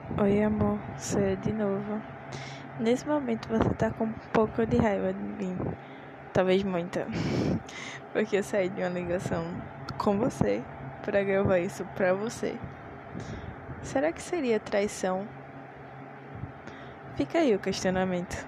Oi, amor, sou eu de novo. Nesse momento você tá com um pouco de raiva de mim, talvez muita, porque eu saí de uma ligação com você pra gravar isso pra você. Será que seria traição? Fica aí o questionamento.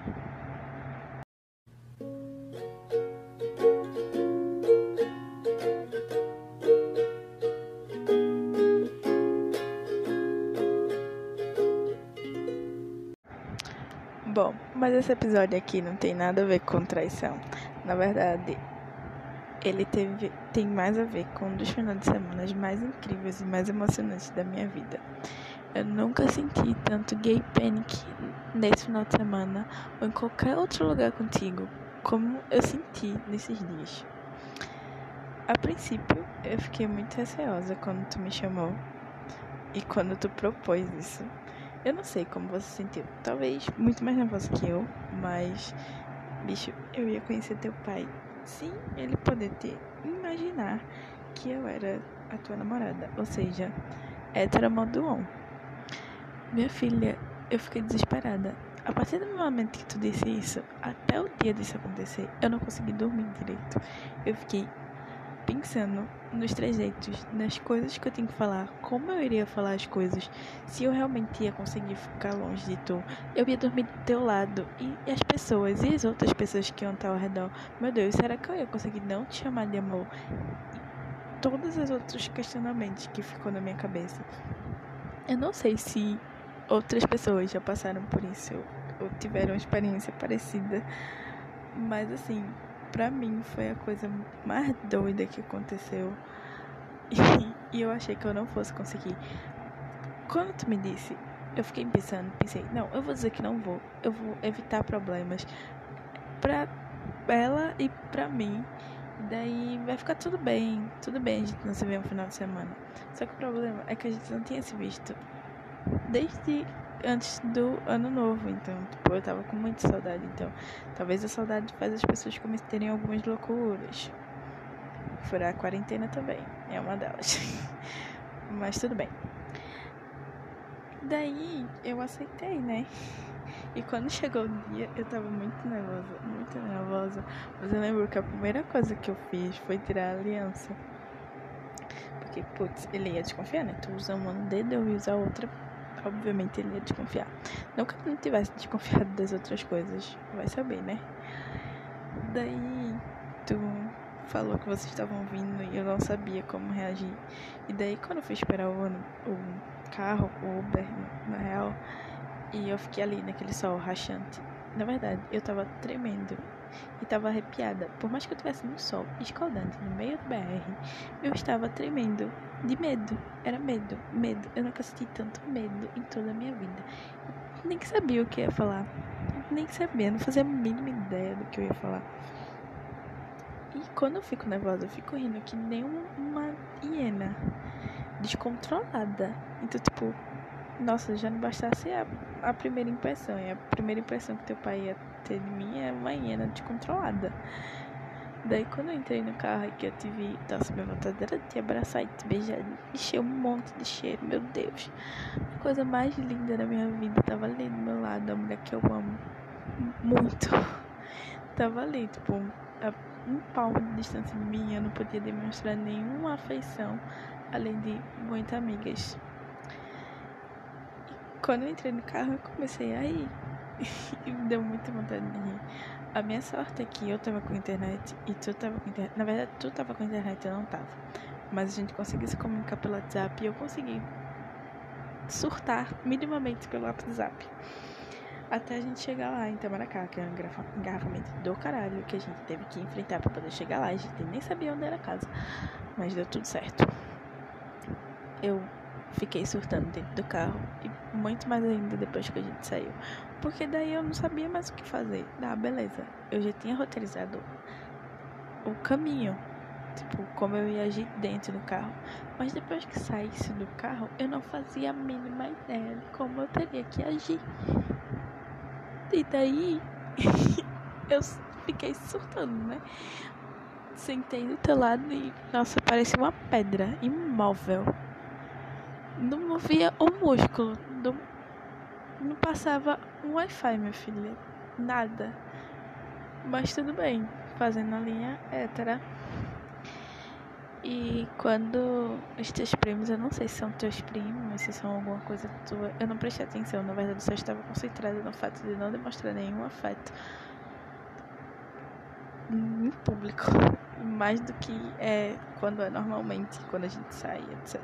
Bom, mas esse episódio aqui não tem nada a ver com traição. Na verdade, ele tem mais a ver com um dos finais de semana mais incríveis e mais emocionantes da minha vida. Eu nunca senti tanto gay panic nesse final de semana ou em qualquer outro lugar contigo como eu senti nesses dias. A princípio, eu fiquei muito receosa quando tu me chamou e quando tu propôs isso. Eu não sei como você se sentiu. Talvez muito mais nervosa que eu, mas, bicho, eu ia conhecer teu pai. Sim, ele poder imaginar que eu era a tua namorada, ou seja, hétero modo on. Minha filha, eu fiquei desesperada. A partir do momento que tu disse isso, até o dia disso acontecer, eu não consegui dormir direito. Eu fiquei pensando nos trejeitos, nas coisas que eu tenho que falar, como eu iria falar as coisas, se eu realmente ia conseguir ficar longe de tu, eu ia dormir do teu lado, e as pessoas, e as outras pessoas que iam estar ao redor, meu Deus, será que eu ia conseguir não te chamar de amor? E todos os outros questionamentos que ficou na minha cabeça. Eu não sei se outras pessoas já passaram por isso ou tiveram uma experiência parecida, mas assim, pra mim foi a coisa mais doida que aconteceu e eu achei que eu não fosse conseguir. Quando tu me disse, eu fiquei pensei, não, eu vou dizer que não vou, eu vou evitar problemas pra ela e pra mim, daí vai ficar tudo bem a gente não se vê no final de semana. Só que o problema é que a gente não tinha se visto desde antes do ano novo, então, tipo, eu tava com muita saudade, então, talvez a saudade faz as pessoas cometerem algumas loucuras. Furar a quarentena também é uma delas. Mas tudo bem. Daí, eu aceitei, né? E quando chegou o dia, eu tava muito nervosa. Mas eu lembro que a primeira coisa que eu fiz foi tirar a aliança. Porque, putz, ele ia desconfiar, né? Tu usa uma no dedo, eu ia usar outra. Obviamente ele ia desconfiar. Não que ele não tivesse desconfiado das outras coisas. Vai saber, né? Daí tu falou que vocês estavam vindo e eu não sabia como reagir. E daí quando eu fui esperar o carro, o Uber, na real, e eu fiquei ali naquele sol rachante. Na verdade, eu tava tremendo e tava arrepiada. Por mais que eu estivesse no sol, escaldante, no meio do BR, eu estava tremendo de medo. Era medo. Eu nunca senti tanto medo em toda a minha vida. Eu nem sabia o que ia falar. Nem sabia, não fazia a mínima ideia do que eu ia falar. E quando eu fico nervosa, eu fico rindo que nem uma hiena descontrolada. Então, tipo, nossa, já não bastasse a primeira impressão. E a primeira impressão que teu pai ia ter de mim é uma hiena descontrolada. Daí, quando eu entrei no carro e que eu te vi, nossa, minha vontade era de te abraçar e te beijar, encher um monte de cheiro, meu Deus. A coisa mais linda da minha vida tava ali do meu lado, a mulher que eu amo muito. Tava ali, tipo, a um palmo de distância de mim, eu não podia demonstrar nenhuma afeição, além de muitas amigas. Quando eu entrei no carro, eu comecei a rir. E me deu muita vontade de rir. A minha sorte é que eu tava com internet e tu tava com internet. Na verdade, tu tava com internet e eu não tava. Mas a gente conseguiu se comunicar pelo WhatsApp e eu consegui surtar minimamente pelo WhatsApp. Até a gente chegar lá em Itamaracá, que é um engarrafamento do caralho que a gente teve que enfrentar pra poder chegar lá. A gente nem sabia onde era a casa, mas deu tudo certo. Eu fiquei surtando dentro do carro e muito mais ainda depois que a gente saiu, porque daí eu não sabia mais o que fazer. Beleza, eu já tinha roteirizado o caminho, tipo, como eu ia agir dentro do carro, mas depois que saísse do carro, eu não fazia a mínima ideia de como eu teria que agir. E daí eu fiquei surtando, né? Sentei do teu lado e, nossa, parecia uma pedra imóvel. Não movia o músculo não passava um Wi-Fi, minha filha. Nada. Mas tudo bem, fazendo a linha hétera. E quando os teus primos, eu não sei se são teus primos, se são alguma coisa tua, eu não prestei atenção, na verdade eu só estava concentrada no fato de não demonstrar nenhum afeto em público, mais do que quando é normalmente, quando a gente sai, etc.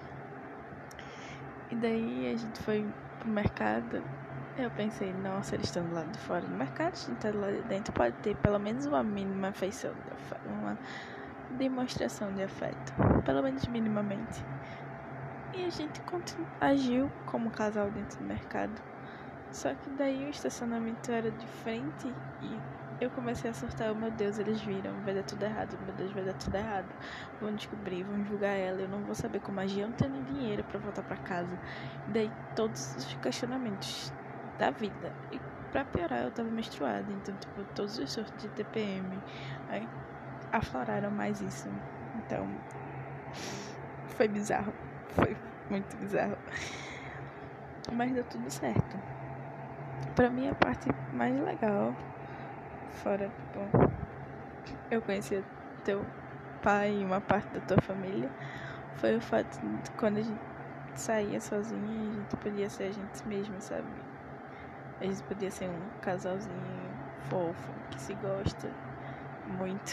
E daí a gente foi pro mercado. Eu pensei, nossa, eles estão do lado de fora do mercado, a gente tá do lado de dentro, pode ter pelo menos uma mínima afeição, uma demonstração de afeto, pelo menos minimamente. E a gente agiu como casal dentro do mercado. Só que daí o estacionamento era de frente e eu comecei a surtar, meu Deus, eles viram, vai dar tudo errado, meu Deus, vai dar tudo errado. Vão descobrir, vão julgar ela, eu não vou saber como agir, eu não tenho nem dinheiro pra voltar pra casa. E daí todos os questionamentos da vida. E pra piorar, eu tava menstruada, então tipo, todos os surtos de TPM aí afloraram mais isso. Então foi bizarro, foi muito bizarro. Mas deu tudo certo. Pra mim a parte mais legal, fora, tipo, eu conheci teu pai e uma parte da tua família, foi o fato de quando a gente saía sozinha, a gente podia ser a gente mesma, sabe? A gente podia ser um casalzinho fofo, que se gosta muito.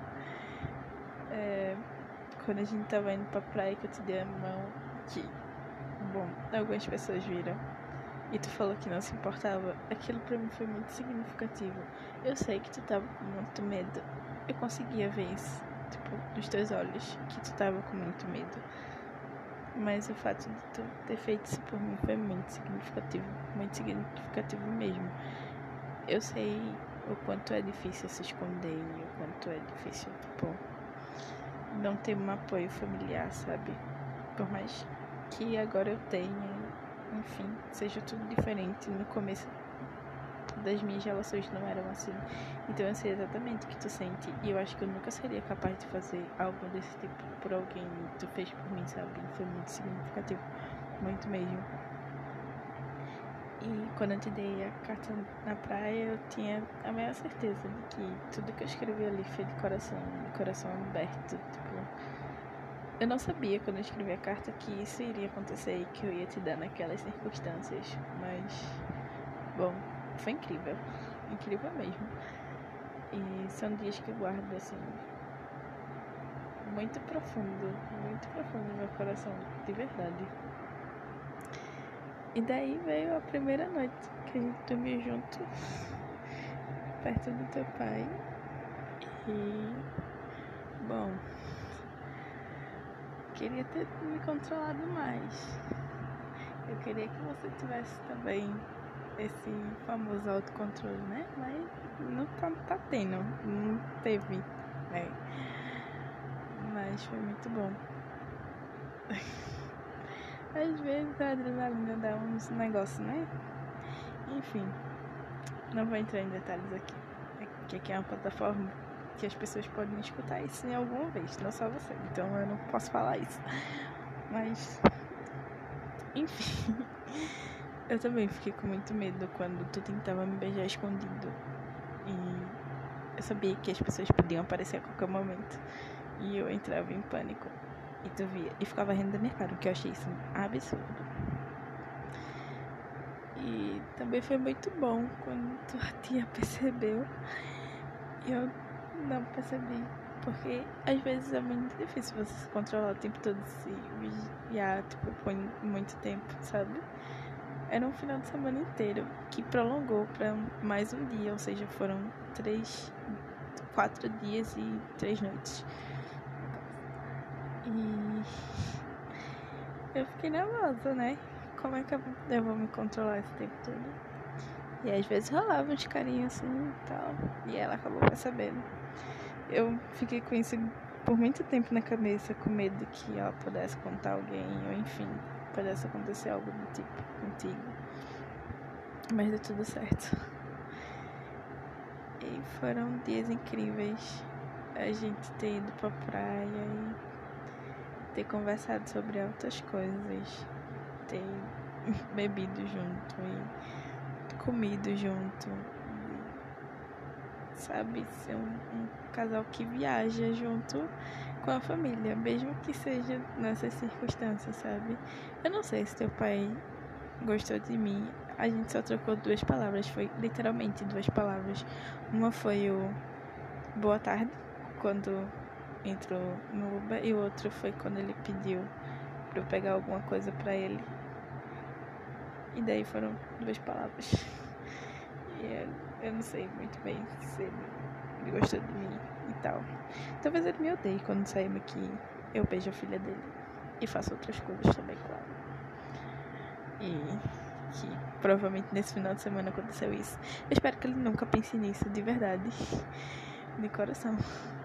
Quando a gente tava indo pra praia, que eu te dei a mão, que, bom, algumas pessoas viram, e tu falou que não se importava, aquilo pra mim foi muito significativo. Eu sei que tu tava com muito medo, eu conseguia ver isso, tipo, nos teus olhos, que tu tava com muito medo. Mas o fato de tu ter feito isso por mim foi muito significativo mesmo. Eu sei o quanto é difícil se esconder, o quanto é difícil, tipo, não ter um apoio familiar, sabe? Por mais que agora eu tenha, enfim, seja tudo diferente. No começo das minhas relações não eram assim. Então eu sei exatamente o que tu sente. E eu acho que eu nunca seria capaz de fazer algo desse tipo por alguém que tu fez por mim, sabe? Foi muito significativo. Muito mesmo. E quando eu te dei a carta na praia, eu tinha a maior certeza de que tudo que eu escrevi ali foi de coração aberto. Tipo, eu não sabia quando eu escrevi a carta que isso iria acontecer e que eu ia te dar naquelas circunstâncias. Mas, bom, foi incrível. Incrível mesmo. E são dias que eu guardo, assim, muito profundo no meu coração, de verdade. E daí veio a primeira noite que a gente dormiu junto, perto do teu pai. E, bom, queria ter me controlado mais. Eu queria que você tivesse também esse famoso autocontrole, né? Mas não tá tendo, não teve, né? Mas foi muito bom. Às vezes a adrenalina dá uns negócios, né? Enfim, não vou entrar em detalhes aqui. Aqui é uma plataforma que as pessoas podem escutar isso em alguma vez, não só você. Então eu não posso falar isso. Mas, enfim, eu também fiquei com muito medo quando tu tentava me beijar escondido. E eu sabia que as pessoas podiam aparecer a qualquer momento. E eu entrava em pânico. E tu via, e ficava rindo da minha cara, o que eu achei isso absurdo. E também foi muito bom quando tua tia percebeu e eu não percebi. Porque às vezes é muito difícil você se controlar o tempo todo, se vigiar, tipo, por muito tempo, sabe? Era um final de semana inteiro que prolongou pra mais um dia, ou seja, foram 4 dias e 3 noites. E eu fiquei nervosa, né? Como é que eu vou me controlar esse tempo todo? E às vezes rolava uns carinhos assim e tal. E ela acabou percebendo. Eu fiquei com isso por muito tempo na cabeça, com medo de que ela pudesse contar alguém, ou enfim, pudesse acontecer algo do tipo contigo. Mas deu tudo certo. E foram dias incríveis. A gente ter ido pra praia e ter conversado sobre outras coisas. Ter bebido junto e comido junto. Sabe? Ser um casal que viaja junto com a família, mesmo que seja nessas circunstâncias, sabe? Eu não sei se teu pai gostou de mim. A gente só trocou 2 palavras, foi literalmente 2 palavras. Uma foi o boa tarde, quando entrou no Uber, e o outro foi quando ele pediu pra eu pegar alguma coisa pra ele. E daí foram 2 palavras. E eu não sei muito bem se ele gostou de mim e tal. Talvez ele me odeie quando saímos aqui. Eu beijo a filha dele e faço outras coisas também, claro. E que provavelmente nesse final de semana aconteceu isso. Eu espero que ele nunca pense nisso, de verdade. De coração.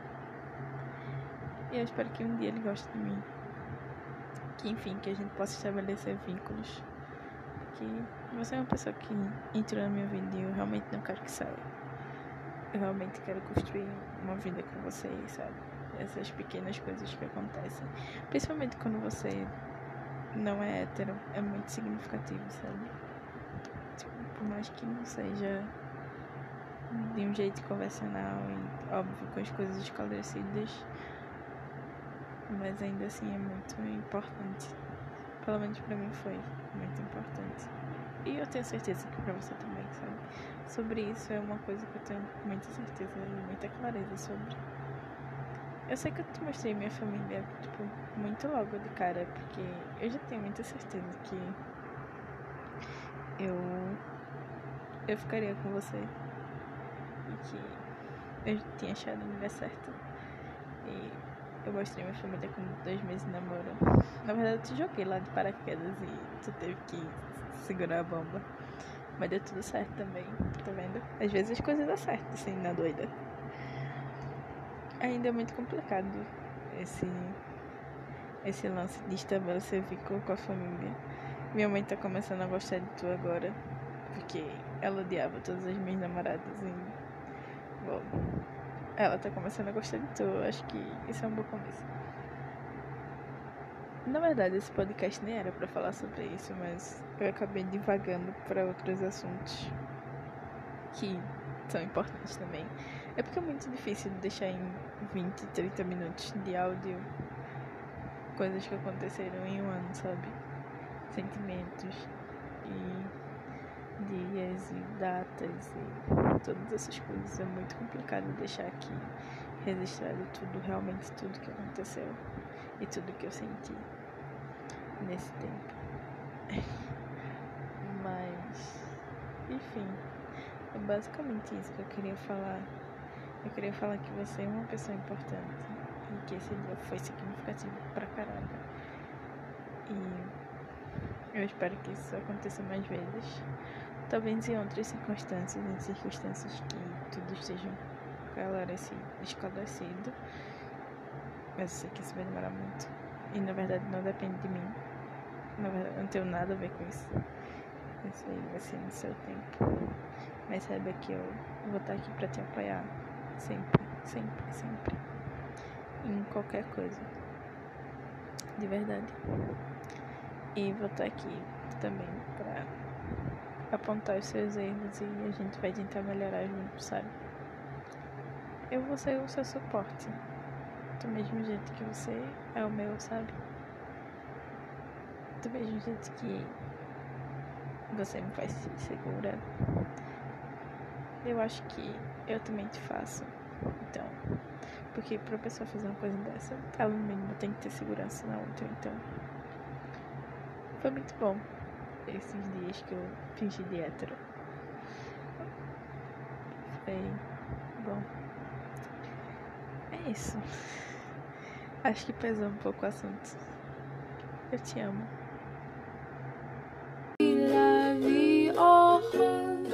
E eu espero que um dia ele goste de mim. Que enfim, que a gente possa estabelecer vínculos. Que você é uma pessoa que entrou na minha vida e eu realmente não quero que saia. Eu realmente quero construir uma vida com você, sabe? Essas pequenas coisas que acontecem. Principalmente quando você não é hétero, é muito significativo, sabe? Tipo, por mais que não seja de um jeito convencional e óbvio com as coisas esclarecidas, mas ainda assim é muito importante. Pelo menos pra mim foi muito importante. E eu tenho certeza que pra você também, sabe? Sobre isso é uma coisa que eu tenho muita certeza e muita clareza sobre. Eu sei que eu te mostrei minha família, tipo, muito logo de cara, porque eu já tenho muita certeza que eu ficaria com você. E que eu tinha achado a mulher certa. E eu mostrei minha família com 2 meses de namoro. Na verdade, eu te joguei lá de paraquedas e tu teve que segurar a bomba. Mas deu tudo certo também, tá vendo? Às vezes as coisas dão certo, assim, na doida. Ainda é muito complicado esse lance de estabelecer vínculo com a família. Minha mãe tá começando a gostar de tu agora, porque ela odiava todas as minhas namoradas e, bom, ela tá começando a gostar de tu. Eu acho que isso é um bom começo. Na verdade, esse podcast nem era pra falar sobre isso, mas eu acabei divagando para outros assuntos que são importantes também. É porque é muito difícil deixar em 20, 30 minutos de áudio coisas que aconteceram em um ano, sabe? Sentimentos e dias e datas e todas essas coisas. É muito complicado deixar aqui registrado tudo, realmente tudo que aconteceu e tudo que eu senti nesse tempo. Mas, enfim, é basicamente isso que eu queria falar. Eu queria falar que você é uma pessoa importante e que esse dia foi significativo pra caraca. E eu espero que isso aconteça mais vezes. Talvez em outras circunstâncias, em circunstâncias que tudo esteja esclarecido. Mas eu sei que isso vai demorar muito. E na verdade não depende de mim. Na verdade eu não tenho nada a ver com isso. Isso aí vai ser no seu tempo. Mas saiba que eu vou estar aqui pra te apoiar. Sempre, sempre, sempre. Em qualquer coisa. De verdade. E vou estar aqui também pra apontar os seus erros e a gente vai tentar melhorar junto, sabe? Eu vou ser o seu suporte. Do mesmo jeito que você é o meu, sabe? Do mesmo jeito que você me faz se segura, eu acho que eu também te faço. Então, porque pra pessoa fazer uma coisa dessa, ela no mínimo tem que ter segurança na outra. Então, foi muito bom esses dias que eu fingi de hétero. Foi bom. É isso. Acho que pesou um pouco o assunto. Eu te amo. La vie en rose.